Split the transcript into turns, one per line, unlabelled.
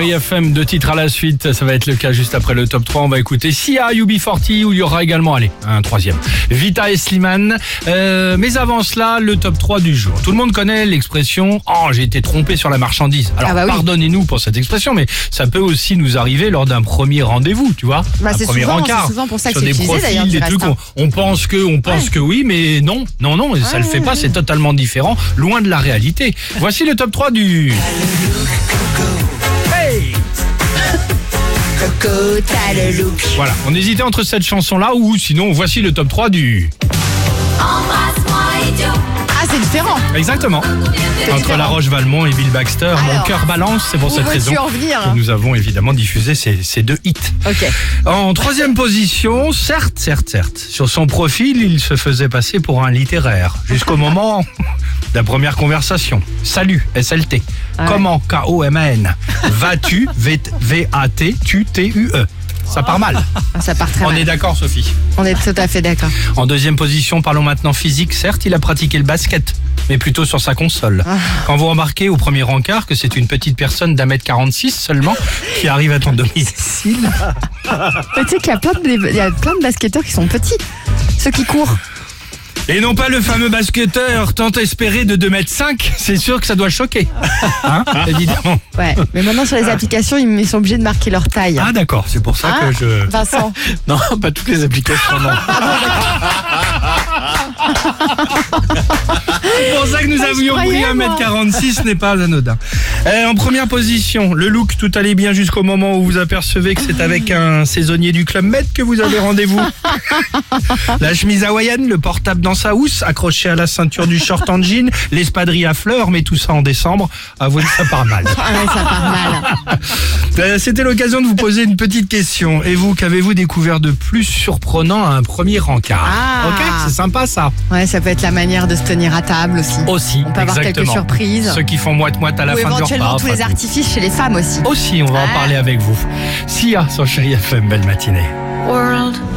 Chérie FM, 2 titres à la suite. Ça va être le cas juste après le top 3. On va écouter Sia, UB40, où il y aura également, un troisième, Vita et Slimane. Mais avant cela, le top 3 du jour. Tout le monde connaît l'expression « Oh, j'ai été trompé sur la marchandise ». Alors, pardonnez-nous pour cette expression, mais ça peut aussi nous arriver lors d'un premier rendez-vous, tu vois. Un premier rencard.
C'est souvent pour ça que
sur
c'est
des
utilisé
profils,
d'ailleurs.
des trucs, on pense que oui, mais non, ça le fait pas, c'est totalement différent, loin de la réalité. Voici le top 3 du... Hey!
Coco, t'as le look.
Voilà, on hésitait entre cette chanson-là ou sinon, voici le top 3 du...
Embrasse-moi, idiot.
Ah, c'est différent.
Exactement. Entre La Roche-Valmont et Bill Baxter, mon cœur balance, c'est pour cette raison que nous avons évidemment diffusé ces deux hits.
Ok.
En troisième position, certes, sur son profil, il se faisait passer pour un littéraire, jusqu'au moment de la première conversation. Salut, SLT. Comment, K-O-M-A-N. Vas-tu, V-A-T, tu T-U-E. Ça part mal.
Ça part très mal.
On est d'accord, Sophie?
On est tout à fait d'accord.
En deuxième position, parlons maintenant physique. Certes, il a pratiqué le basket, mais plutôt sur sa console. Quand vous remarquez au premier encart que c'est une petite personne d'1m46 seulement qui arrive à ton domicile.
Mais tu sais qu'il y a plein de basketteurs qui sont petits. Ceux qui courent.
Et non pas le fameux basketteur tant espéré de 2m5, c'est sûr que ça doit choquer. Hein, évidemment.
Ouais, mais maintenant sur les applications, ils sont obligés de marquer leur taille.
Ah d'accord, c'est pour ça que je...
Vincent.
Non, pas toutes les applications, non. C'est pour ça que nous avions pris 1m46, ce n'est pas anodin. En première position, le look, tout allait bien jusqu'au moment où vous apercevez que c'est avec un saisonnier du Club Med que vous avez rendez-vous. La chemise hawaïenne, le portable dans sa housse, accroché à la ceinture du short en jean, l'espadrille à fleurs, mais tout ça en décembre, avouez que ça part mal.
Ah ouais, ça part mal.
C'était l'occasion de vous poser une petite question. Et vous, qu'avez-vous découvert de plus surprenant à un premier encart? Ok, c'est sympa ça.
Ouais, ça peut être la manière de se tenir à table aussi.
Aussi,
on peut avoir quelques surprises.
Ceux qui font moite-moite à la fin du repas.
Ou éventuellement tous les artifices chez les femmes aussi.
Aussi, on va en parler avec vous. Sia sur Chérie FM, belle matinée.
World.